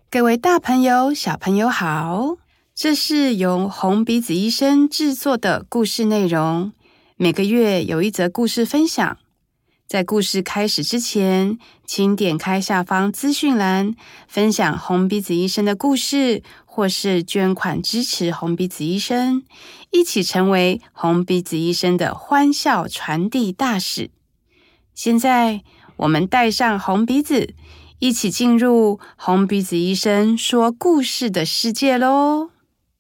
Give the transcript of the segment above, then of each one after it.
各位大朋友、小朋友好，这是由红鼻子医生制作的故事内容，每个月有一则故事分享。在故事开始之前，请点开下方资讯栏，分享红鼻子医生的故事，或是捐款支持红鼻子医生，一起成为红鼻子医生的欢笑传递大使。现在，我们戴上红鼻子，一起进入红鼻子医生说故事的世界咯。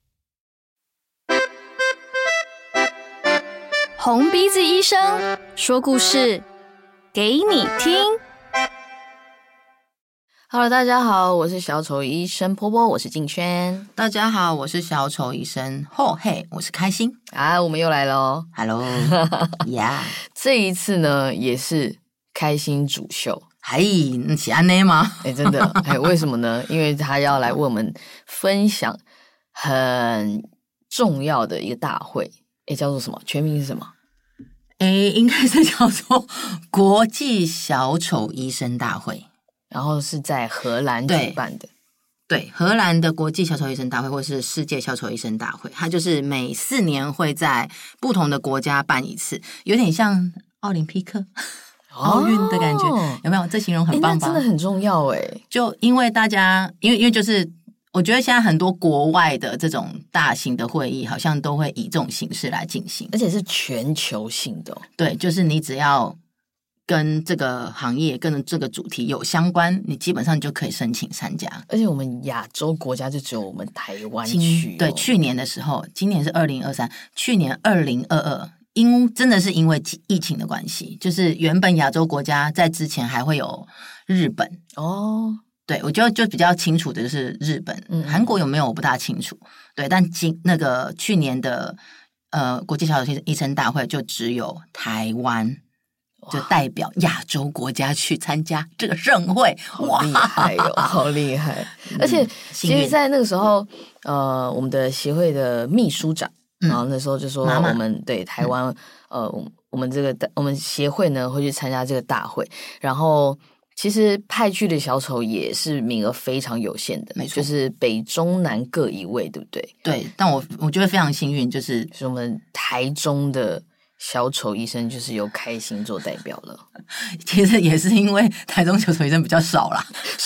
红鼻子医生说故事给你听。Hello， 大家好，我是小丑医生波波，我是静轩。 大家好，我是小丑医生嘿，我是开心啊，我们又来了哦 ，Hello， 呀， 这一次呢也是开心主秀。 你是安内吗？ 真的，为什么呢？因为他要来为我们分享很重要的一个大会，叫做什么？全名是什么？ 应该是叫做国际小丑医生大会， 然后是在荷兰举办的。 对，荷兰的国际小丑医生大会，或是世界小丑医生大会，它就是每4年会在不同的国家办一次，有点像奥林匹克。奥运的感觉，有没有？这形容很棒吧？ 那真的很重要就因为大家，因为就是我觉得现在很多国外的这种大型的会议，好像都会以这种形式来进行， 而且是全球性的。 对，就是你只要跟这个行业、跟这个主题有相关，你基本上就可以申请参加。 而且我们亚洲国家就只有我们台湾区。 对，去年的时候，今年是2023，去年2022。真的是因为疫情的关系，就是原本亚洲国家在之前还会有日本哦， 对，我觉得就比较清楚的就是日本，韩国有没有我不大清楚，对，但去年的国际小丑医生大会就只有台湾，就代表亚洲国家去参加这个盛会， 好厉害哦，好厉害！而且其实，在那个时候，我们的协会的秘书长。然后那时候就说我们对台湾我们协会呢会去参加这个大会，然后其实派去的小丑也是名额非常有限的， 没错， 就是北中南各一位，对不对？ 对，但我觉得非常幸运，就是我们台中的小丑医生就是由开心做代表了。 其实也是因为台中小丑医生比较少啦。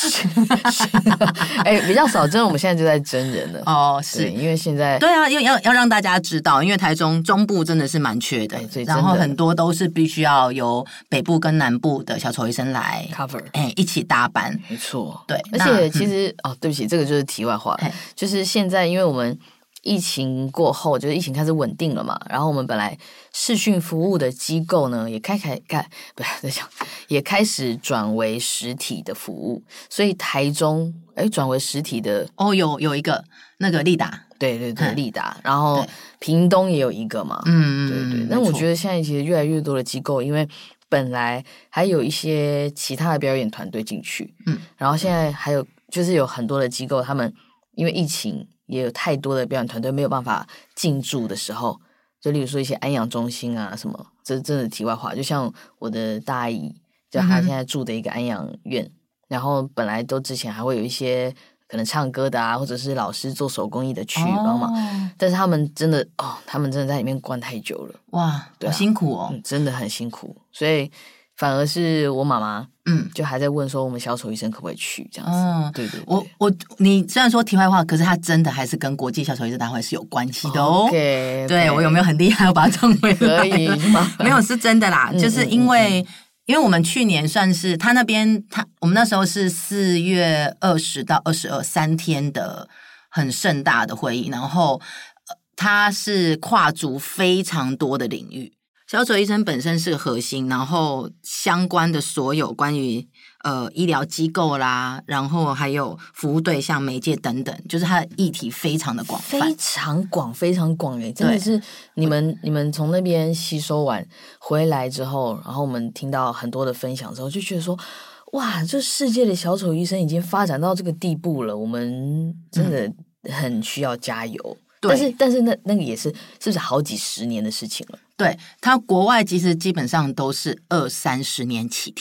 比较少，真的我们现在就在真人了。 哦，是因为现在对啊，要让大家知道，因为台中中部真的是蛮缺的，然后很多都是必须要由北部跟南部的小丑医生来 cover， 一起搭班。 没错， 对， 而且其实对不起，这个就是题外话，就是现在因为我们疫情过后，就是疫情开始稳定了嘛，然后我们本来视讯服务的机构呢，也也开始转为实体的服务，所以台中转为实体的有一个那个立达， 对立达，然后屏东也有一个嘛，对。那我觉得现在其实越来越多的机构，因为本来还有一些其他的表演团队进去，然后现在还有就是有很多的机构，他们因为疫情。也有太多的表演团队没有办法进驻的时候，就例如说一些安养中心啊什么，这真的题外话。就像我的大阿姨，就她现在住的一个安养院，然后本来都之前还会有一些可能唱歌的啊，或者是老师做手工艺的去帮忙，但是他们真的在里面关太久了， 哇，好辛苦哦， 真的很辛苦，所以反而是我妈妈，就还在问说我们小丑医生可不可以去这样子。对， 你虽然说题外话，可是它真的还是跟国际小丑医生大会是有关系的哦。 Okay. 对，我有没有很厉害？我把它撞回来可以吗？ 没有，是真的啦，就是因为我们去年算是他那边，我们那时候是4月20到22 3天的很盛大的会议，然后它是跨足非常多的领域。小丑医生本身是个核心，然后相关的所有关于医疗机构啦，然后还有服务对象、媒介等等，就是它的议题非常的广泛， 非常广真的是你们从那边吸收完回来之后，然后我们听到很多的分享之后，就觉得说，哇，这世界的小丑医生已经发展到这个地步了，我们真的很需要加油。但是那个也是不是好几十年的事情了？ 对，它国外其实基本上都是20-30年起跳，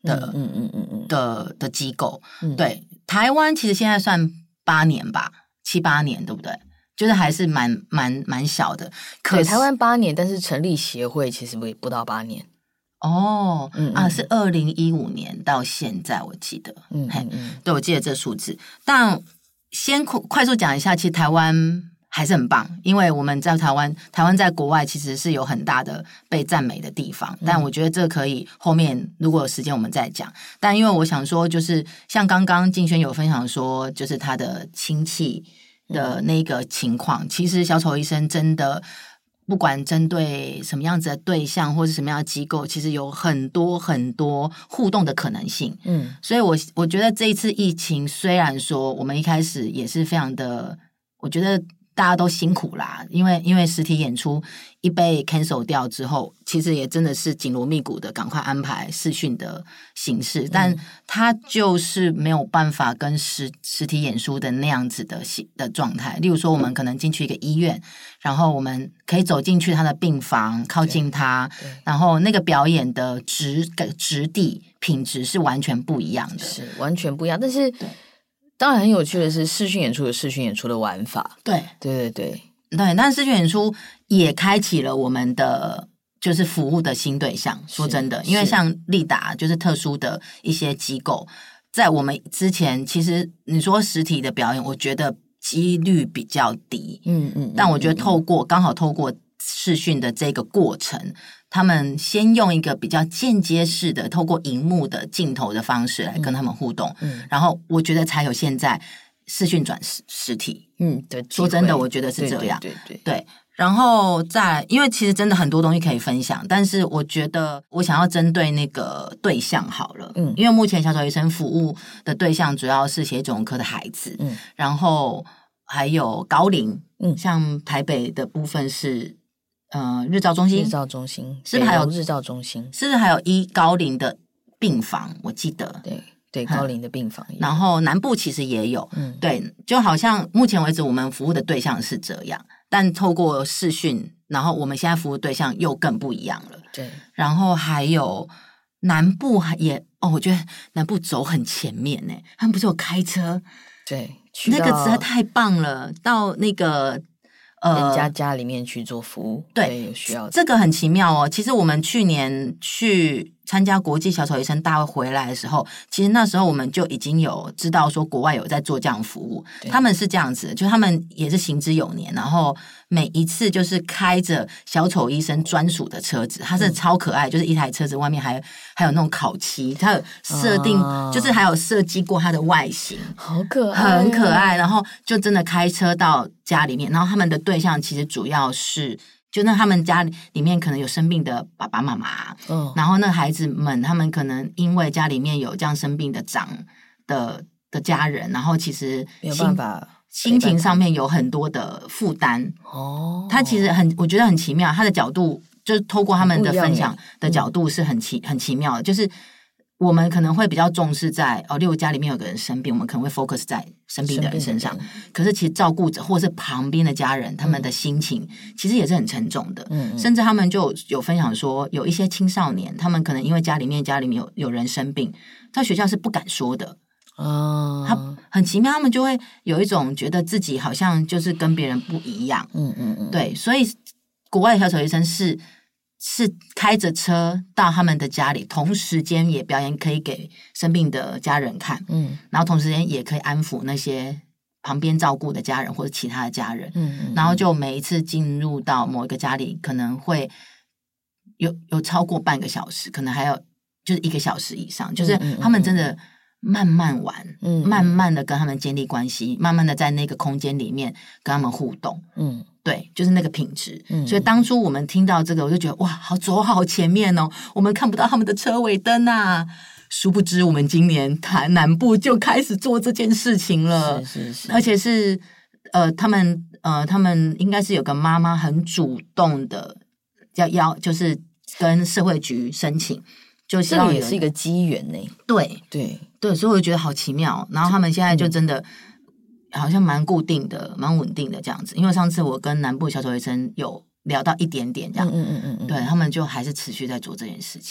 的机构。对，台湾其实现在算8年吧，7、8年，对不对？就是还是蛮小的。可是台湾8年，但是成立协会其实不到8年。 是2015年到现在，我记得。对，我记得这数字。但先快速讲一下，其实台湾还是很棒，因为我们在台湾在国外其实是有很大的被赞美的地方，但我觉得这可以后面如果有时间我们再讲。但因为我想说，就是像刚刚敬轩有分享说，就是他的亲戚的那个情况，其实小丑医生真的不管针对什么样子的对象或是什么样的机构，其实有很多互动的可能性。所以我觉得这一次疫情，虽然说我们一开始也是非常的，我觉得大家都辛苦啦，因为实体演出一被 cancel 掉之后，其实也真的是紧锣密鼓的赶快安排视讯的形式，但它就是没有办法跟实体演出的那样子的状态。例如说，我们可能进去一个医院，然后我们可以走进去他的病房，靠近他，然后那个表演的质地品质是完全不一样的， 是完全不一样，但是。当然很有趣的是，视讯演出有视讯演出的玩法。对， 但视讯演出也开启了我们的就是服务的新对象。说真的，因为像立达就是特殊的一些机构，在我们之前，其实你说实体的表演，我觉得几率比较低。但我觉得刚好透过视讯的这个过程，他们先用一个比较间接式的透过荧幕的镜头的方式来跟他们互动，然后我觉得才有现在视讯转实体。 对， 说真的，我觉得是这样。 对。 然后再因为其实真的很多东西可以分享，但是我觉得我想要针对那个对象好了。因为目前小丑医生服务的对象主要是血液肿瘤科的孩子，然后还有高龄，像台北的部分是日照中心是不是还有日照中心？ 是不是还有高龄的病房？我记得对，高龄的病房也有。 然后南部其实也有，对，就好像目前为止我们服务的对象是这样，但透过视讯，然后我们现在服务对象又更不一样了。 对， 然后还有南部也我觉得南部走很前面呢，他们不是有开车？ 对， 那个实在太棒了，到那个。 人家里面去做服务，对，有需要的。 这个很奇妙哦。其实我们去年去参加国际小丑医生大会回来的时候，其实那时候我们就已经有知道说国外有在做这样的服务。他们是这样子，就他们也是行之有年，然后每一次就是开着小丑医生专属的车子，它是超可爱，就是一台车子外面还有那种烤漆，它有设定，就是还有设计过它的外形， 好可爱， 很可爱。然后就真的开车到家里面，然后他们的对象其实主要是，就那他们家里面可能有生病的爸爸妈妈，然后那孩子们他们可能因为家里面有这样生病的长的家人，然后其实没有办法。 心情上面有很多的负担他其实我觉得很奇妙，他的角度就是透过他们的分享的角度是很奇妙的，就是我们可能会比较重视在例如家里面有个人生病，我们可能会 focus 在生病的人身上，可是其实照顾者或是旁边的家人，他们的心情其实也是很沉重的，甚至他们就有分享说，有一些青少年，他们可能因为家里面有人生病，在学校是不敢说的。他很奇妙，他们就会有一种觉得自己好像就是跟别人不一样。对，所以国外的小丑医生是开着车到他们的家里，同时间也表演可以给生病的家人看，然后同时间也可以安抚那些旁边照顾的家人或者其他的家人，然后就每一次进入到某一个家里，可能会有超过半个小时，可能还有就是1个小时以上，就是他们真的慢慢玩，慢慢的跟他们建立关系，慢慢的在那个空间里面跟他们互动，对，就是那个品质。所以当初我们听到这个，我就觉得哇，走好前面哦，我们看不到他们的车尾灯啊。殊不知，我们今年南部就开始做这件事情了，是，而且是他们应该是有个妈妈很主动的就是跟社会局申请。就这个也是一个机缘呢， 对，所以我觉得好奇妙。然后他们现在就真的好像蛮固定的、蛮稳定的这样子。因为上次我跟南部小丑医生有聊到一点点这样，对他们就还是持续在做这件事情。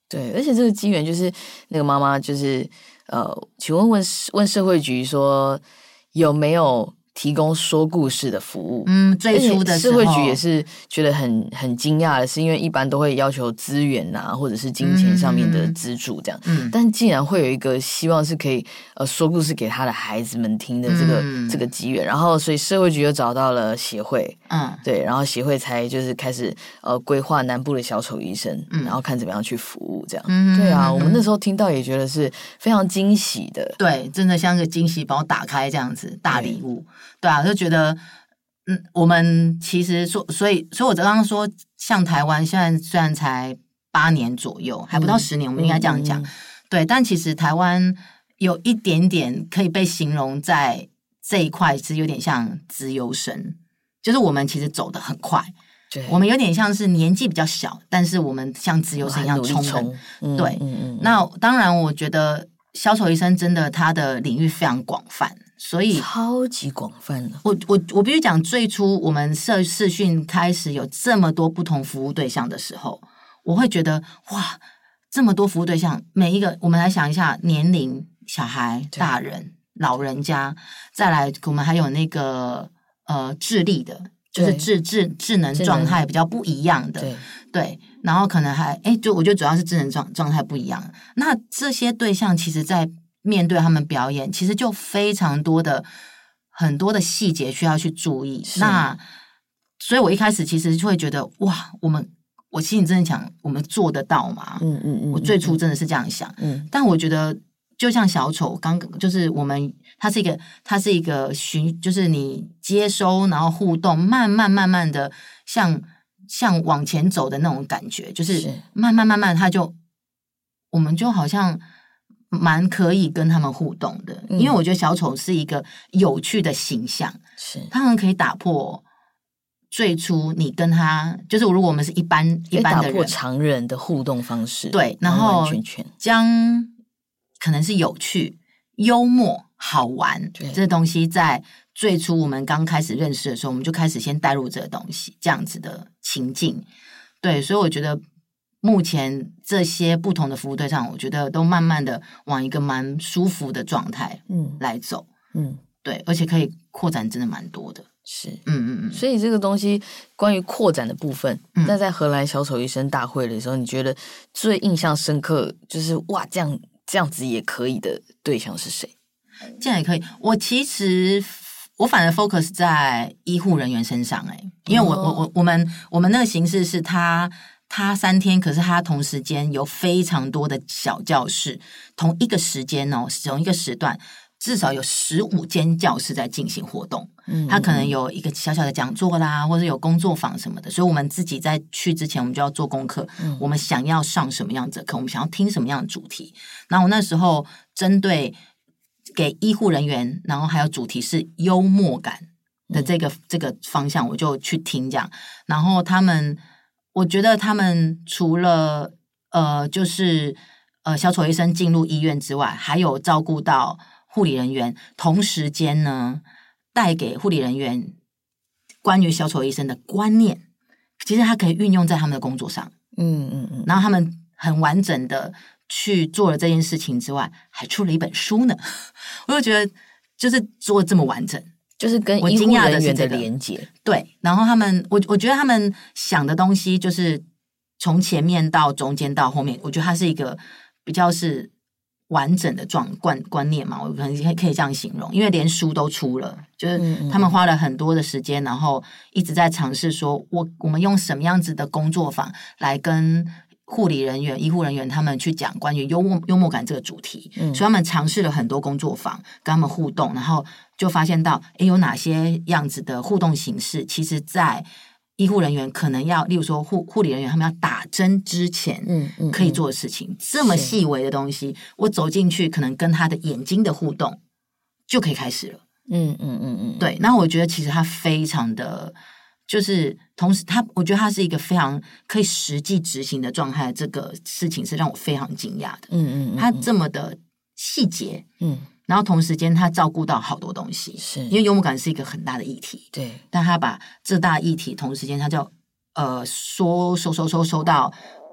对，而且这个机缘就是那个妈妈就是请问社会局说有没有提供说故事的服务？ 最初的时候， 社会局也是觉得很惊讶的是，因为一般都会要求资源啊，或者是金钱上面的资助这样。但竟然会有一个希望是可以说故事给他的孩子们听的这个机缘，然后所以社会局又找到了协会，对，然后协会才就是开始规划南部的小丑医生，然后看怎么样去服务这样。对啊，我们那时候听到也觉得是非常惊喜的， 对，真的像个惊喜包打开这样子大礼物。对啊，就觉得，我们其实所以我刚刚说，像台湾现在虽然才8年左右，还不到10年，我们应该这样讲，对，但其实台湾有一点点可以被形容在这一块是有点像资优生，就是我们其实走得很快，我们有点像是年纪比较小，但是我们像资优生一样冲人，对，那当然我觉得小丑医生真的他的领域非常广泛。所以超级广泛的， 我必须讲，最初我们视讯开始有这么多不同服务对象的时候，我会觉得哇，这么多服务对象，每一个我们来想一下，年龄、小孩、大人、老人家，再来我们还有那个智力的，就是智能状态比较不一样的，对，然后可能还就我觉得主要是智能状态不一样。那这些对象其实在面对他们表演，其实就非常多的很多的细节需要去注意。那所以我一开始其实就会觉得哇，我心里真的想，我们做得到吗？我最初真的是这样想。但我觉得就像小丑就是我们它是一个就是你接收然后互动，慢慢的像往前走的那种感觉，就是慢慢我们就好像蛮可以跟他们互动的，因为我觉得小丑是一个有趣的形象，他们可以打破最初你跟他，就是如果我们是一般的人， 打破常人的互动方式， 对，然后将可能是有趣、幽默、好玩这东西，在最初我们刚开始认识的时候，我们就开始先带入这个东西，这样子的情境，对，所以我觉得。目前这些不同的服务对象，我觉得都慢慢的往一个蛮舒服的状态来走，对，而且可以扩展真的蛮多的， 是，所以这个东西关于扩展的部分，那在荷兰小丑医生大会的时候，你觉得最印象深刻就是哇，这样子也可以的对象是谁？ 这样也可以，我反而 focus 在医护人员身上，因为我们那个形式是他3天，可是他同时间有非常多的小教室，同一个时间同一个时段，至少有15间教室在进行活动。他可能有一个小小的讲座啦，或者有工作坊什么的，所以我们自己在去之前，我们就要做功课。我们想要上什么样子的课，我们想要听什么样的主题。然后我那时候针对给医护人员，然后还有主题是幽默感的这个方向，我就去听这样。然后我觉得他们除了就是小丑医生进入医院之外，还有照顾到护理人员，同时间呢带给护理人员关于小丑医生的观念，其实他可以运用在他们的工作上。然后他们很完整的去做了这件事情之外，还出了一本书呢。我就觉得就是做这么完整。 就是跟医护人员的连结， 对。然后我觉得他们想的东西，就是从前面到中间到后面，我觉得它是一个比较是完整的观念嘛，我可能可以这样形容。因为连书都出了，就是他们花了很多的时间，然后一直在尝试说，我们用什么样子的工作坊来跟护理人员、医护人员他们去讲关于幽默感这个主题，所以他们尝试了很多工作坊，跟他们互动，然后就发现到，有哪些样子的互动形式，其实在医护人员可能要，例如说护理人员他们要打针之前，可以做的事情，这么细微的东西，我走进去，可能跟他的眼睛的互动就可以开始了。对，那我觉得其实他非常的。就是同时我觉得他是一个非常可以实际执行的状态，这个事情是让我非常惊讶的。他这么的细节，然后同时间他照顾到好多东西，是因为幽默感是一个很大的议题，对，但他把这大议题同时间他就收到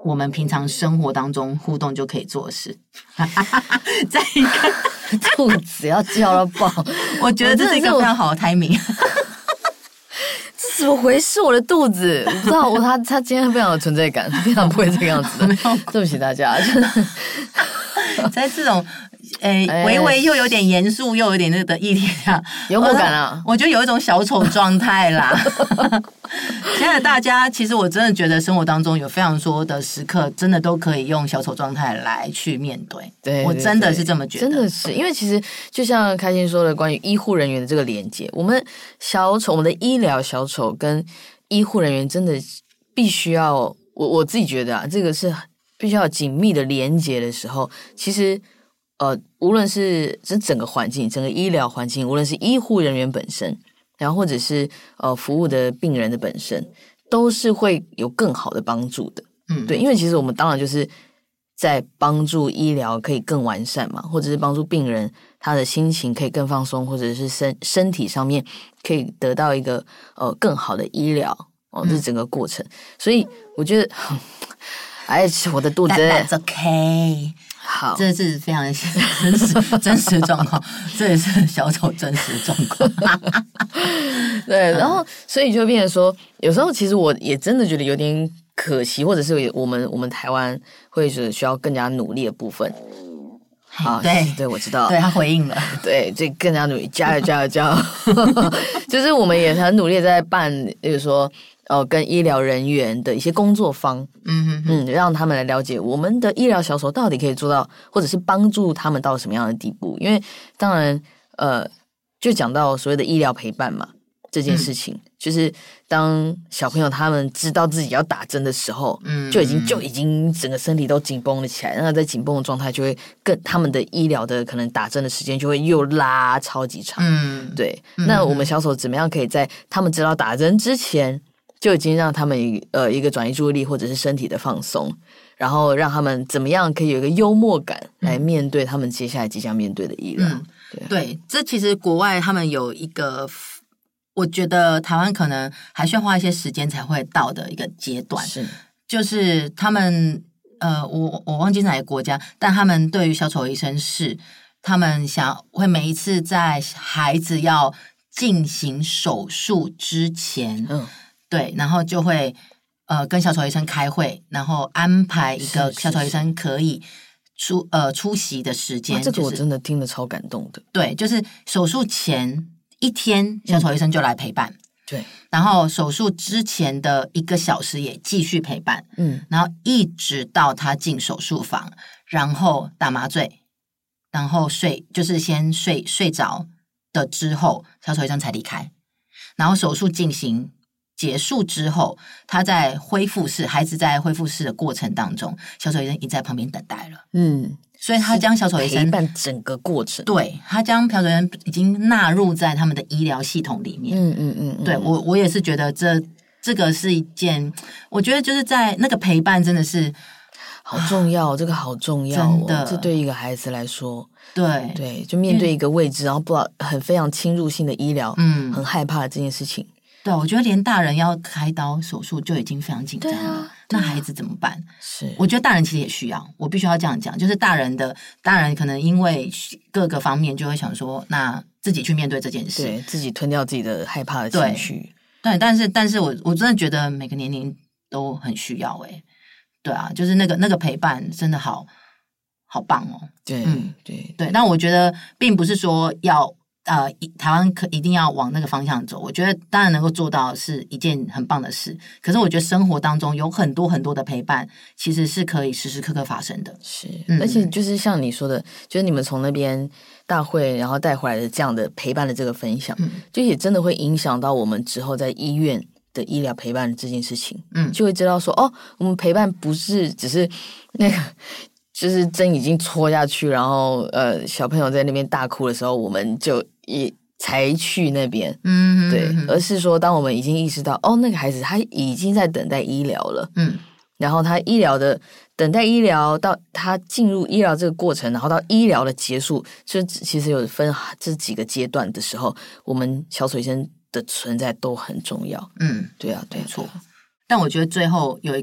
我们平常生活当中互动就可以做的事。再一个肚子要叫到爆， 我觉得这是一个非常好的 timing。 这怎么回事？我的肚子，我不知道，他今天非常有存在感，非常不会这个样子的。对不起大家， 在这种微微又有点严肃又有点那个的议题下， 幽默感啊， 我觉得有一种小丑状态啦。现在大家其实我真的觉得生活当中有非常多的时刻，真的都可以用小丑状态来去面对。 对， 我真的是这么觉得， 真的是因为其实就像开心说的，关于医护人员的这个连接，我们的医疗小丑跟医护人员真的必须要，我自己觉得啊，这个是必须要紧密的连接的时候，其实无论是整个环境，整个医疗环境，无论是医护人员本身，然后或者是服务的病人的本身，都是会有更好的帮助的。对，因为其实我们当然就是在帮助医疗可以更完善嘛，或者是帮助病人他的心情可以更放松，或者是身体上面可以得到一个更好的医疗这是整个过程。所以我觉得，我的肚子 That's okay。 好， 这是非常真实状况，这也是小丑真实状况。 对，然后所以就变成说，有时候其实我也真的觉得有点可惜，或者是我们台湾会是需要更加努力的部分。好，对，我知道， 对他回应了， 对，这更加努力，加油！就是我们也很努力在办，比如说跟医疗人员的一些工作坊，让他们来了解我们的医疗小手到底可以做到，或者是帮助他们到什么样的地步。因为当然，就讲到所谓的医疗陪伴嘛，这件事情，就是当小朋友他们知道自己要打针的时候，就已经整个身体都紧绷了起来。那在紧绷的状态，就会他们的医疗的可能打针的时间就会又拉超级长。对。那我们小手怎么样可以在他们知道打针之前，就已经让他们一个转移注意力或者是身体的放松，然后让他们怎么样可以有一个幽默感来面对他们接下来即将面对的医疗。 对，这其实国外他们有一个，我觉得台湾可能还需要花一些时间才会到的一个阶段，就是他们我忘记是哪个国家，但他们对于小丑医生是他们会每一次在孩子要进行手术之前，对，然后就会跟小丑医生开会，然后安排一个小丑医生可以出席的时间。 这个我真的听得超感动的。 对，就是手术前一天，小丑医生就来陪伴。 对， 然后手术之前的1个小时也继续陪伴。然后一直到他进手术房，然后打麻醉，然后就是先睡着的之后，小丑医生才离开。然后手术进行结束之后，他在恢复室，孩子在恢复室的过程当中，小丑医生已经在旁边等待了。所以他将小丑医生陪伴整个过程， 对，他将小丑医生已经纳入在他们的医疗系统里面。对，我也是觉得这个是一件，我觉得就是在那个陪伴真的是好重要，这个好重要， 真的， 这对一个孩子来说， 对， 就面对一个未知，然后不知道非常侵入性的医疗，很害怕这件事情。 对，我觉得连大人要开刀手术就已经非常紧张了，那孩子怎么办？ 是， 我觉得大人其实也需要，我必须要这样讲，就是大人可能因为各个方面就会想说，那自己去面对这件事， 对自己吞掉自己的害怕的情绪。 对，但是我真的觉得每个年龄都很需要。对啊，就是那个陪伴真的好棒哦。 对， 但我觉得并不是说要台湾一定要往那个方向走，我觉得当然能够做到是一件很棒的事。可是我觉得生活当中有很多很多的陪伴，其实是可以时时刻刻发生的。 是，而且就是像你说的，就是你们从那边大会然后带回来的这样的陪伴的这个分享，就也真的会影响到我们之后在医院的医疗陪伴这件事情。就会知道说，我们陪伴不是只是那个。就是针已经戳下去，然后小朋友在那边大哭的时候，我们就也才去那边，对，而是说当我们已经意识到，那个孩子他已经在等待医疗了，然后他等待医疗到他进入医疗这个过程，然后到医疗的结束，就其实有分这几个阶段的时候，我们小丑医生的存在都很重要。对啊， 没错。但我觉得最后有一个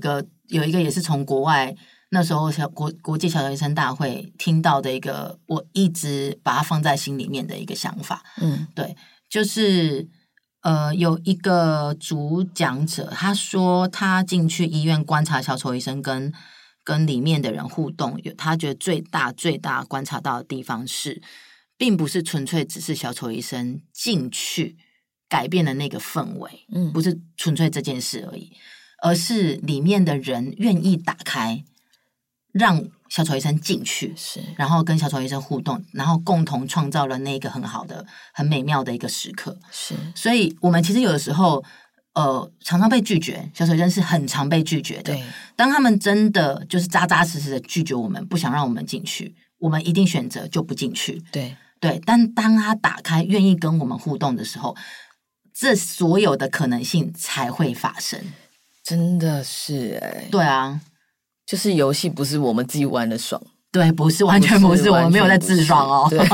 有一个也是从国外那时候国际小丑医生大会听到的一个，我一直把它放在心里面的一个想法。对，就是有一个主讲者，他说他进去医院观察小丑医生跟里面的人互动，他觉得最大观察到的地方是，并不是纯粹只是小丑医生进去改变了那个氛围，不是纯粹这件事而已，而是里面的人愿意打开，让小丑医生进去，然后跟小丑医生互动，然后共同创造了那个很好的、很美妙的一个时刻。所以我们其实有的时候，常常被拒绝，小丑医生是很常被拒绝的。对，当他们真的就是扎扎实实的拒绝我们，不想让我们进去，我们一定选择就不进去。对，但当他打开，愿意跟我们互动的时候，这所有的可能性才会发生。 真的是对啊。 就是游戏不是我们自己玩的爽， 对，不是，完全不是，我们没有在自爽哦。对，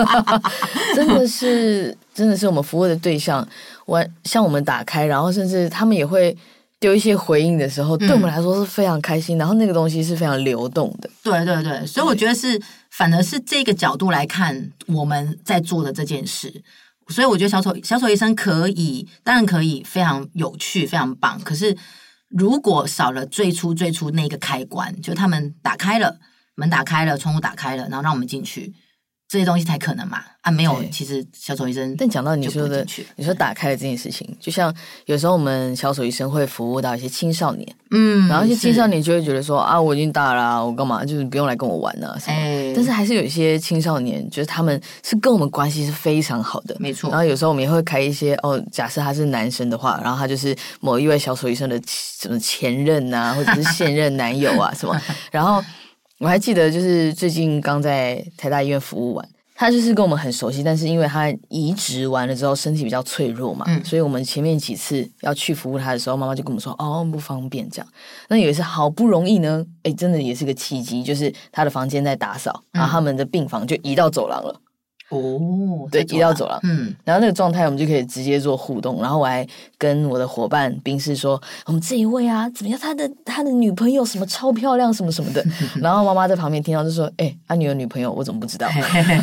真的是我们服务的对象，像我们打开，然后甚至他们也会丢一些回应的时候，对我们来说是非常开心，然后那个东西是非常流动的。 对，所以我觉得反而是这个角度来看我们在做的这件事。所以我觉得小丑医生当然可以非常有趣，非常棒，可是如果少了最初那个开关，就他们门打开了，窗户打开了，然后让我们进去，这些东西才可能嘛。没有，其实小丑医生。 但讲到你说打开了这件事情，就像有时候我们小丑医生会服务到一些青少年，然后一些青少年就会觉得说我已经大了我干嘛就是不用来跟我玩啊什么。但是还是有一些青少年，就是他们是跟我们关系是非常好的， 没错。 然后有时候我们也会开一些假设他是男生的话，然后他就是某一位小丑医生的什么前任啊，或者是现任男友啊什么。然后我还记得就是最近刚在台大医院服务完。他就是跟我们很熟悉，但是因为他移植完了之后身体比较脆弱嘛，所以我们前面几次要去服务他的时候，妈妈就跟我们说不方便这样。那有一次好不容易呢，真的也是个契机，就是他的房间在打扫，然后他们的病房就移到走廊了。对，移到走廊。然后那个状态我们就可以直接做互动，然后我还跟我的伙伴宾士说，我们这一位啊怎么样，他的女朋友什么超漂亮什么什么的。然后妈妈在旁边听到就说你有女朋友我怎么不知道。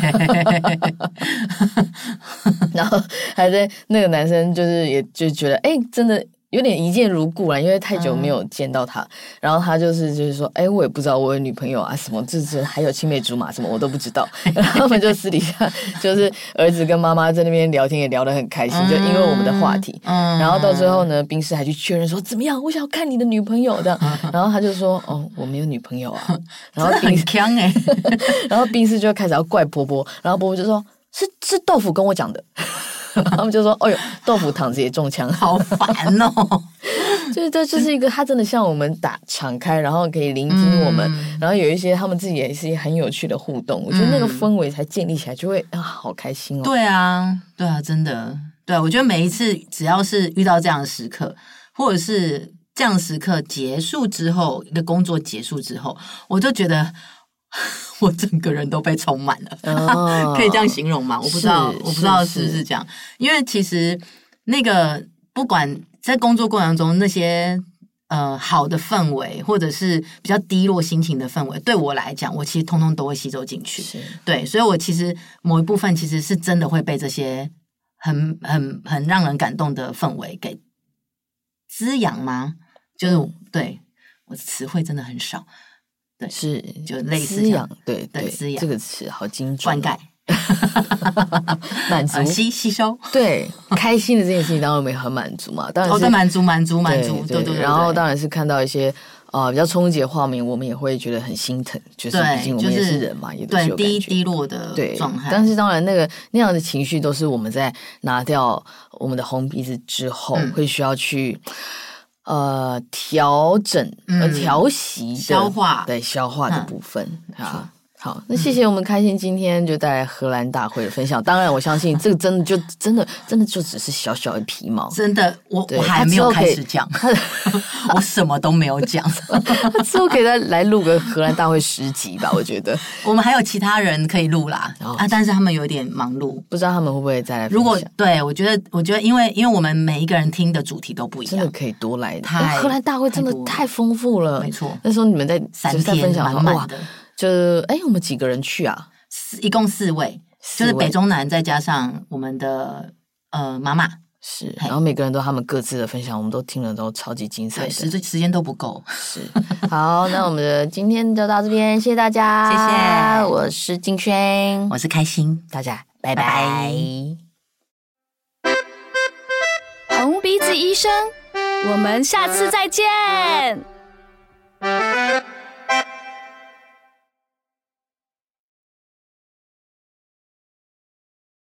然后还在那个男生就是也就觉得真的有点一见如故啦，因为太久没有见到他，然后他就是说我也不知道我有女朋友啊什么，这还有青梅竹马什么我都不知道。然后他们就私底下就是儿子跟妈妈在那边聊天也聊得很开心，就因为我们的话题。然后到最后呢，宾士还去确认说怎么样，我想要看你的女朋友的。然后他就说我没有女朋友啊。然后很强然后宾士就开始要怪波波，然后波波就说是豆腐跟我讲的。他们就说豆腐躺着也中枪， 好烦哦。 就是这就是一个他真的向我们敞开，然后可以聆听我们，然后有一些他们自己也是很有趣的互动。我觉得那个氛围才建立起来，就会好开心哦。 对啊，真的。对，我觉得每一次只要是遇到这样的时刻，或者是这样的时刻结束之后，一个工作结束之后，我就觉得我整个人都被充满了。可以这样形容吗？我不知道是不是这样。因为其实那个不管在工作过程中那些好的氛围，或者是比较低落心情的氛围，对我来讲，我其实通通都会吸收进去。对，所以我其实某一部分其实是真的会被这些很让人感动的氛围给滋养吗？就是对我词汇真的很少。对， 是就类似滋养，对滋养这个词好精准， 灌溉。 满足吸收， 对，开心的这件事情当然我们也很满足嘛，当然是满足，对。 然后当然是看到一些比较冲击的画面，我们也会觉得很心疼，就是毕竟我们也是人嘛，也都是有感觉低落的状态。 但是当然那样的情绪都是我们在拿掉我们的红鼻子之后，会需要去调整、调息、 消化的部分啊。 好，那谢谢我们开心今天就带来荷兰大会的分享。当然，我相信这个真的就只是小小的皮毛。 真的，我还没有开始讲，我什么都没有讲。 之后可以再来录个荷兰大会10集吧，我觉得。 我们还有其他人可以录啦，但是他们有点忙碌， 不知道他们会不会再来分享。 如果对我觉得，因为我们每一个人听的主题都不一样， 真的可以多来。荷兰大会真的太丰富了， 没错。 那时候你们在 3天分享满满的。 我们几个人去啊？ 一共4位，就是北中南再加上我们的妈妈是，然后每个人都他们各自的分享，我们都听了都超级精彩的， 时间都不够。 是，好，那我们的今天就到这边，谢谢大家， 谢谢。 我是金轩， 我是开心， 大家拜拜。 红鼻子医生，我们下次再见。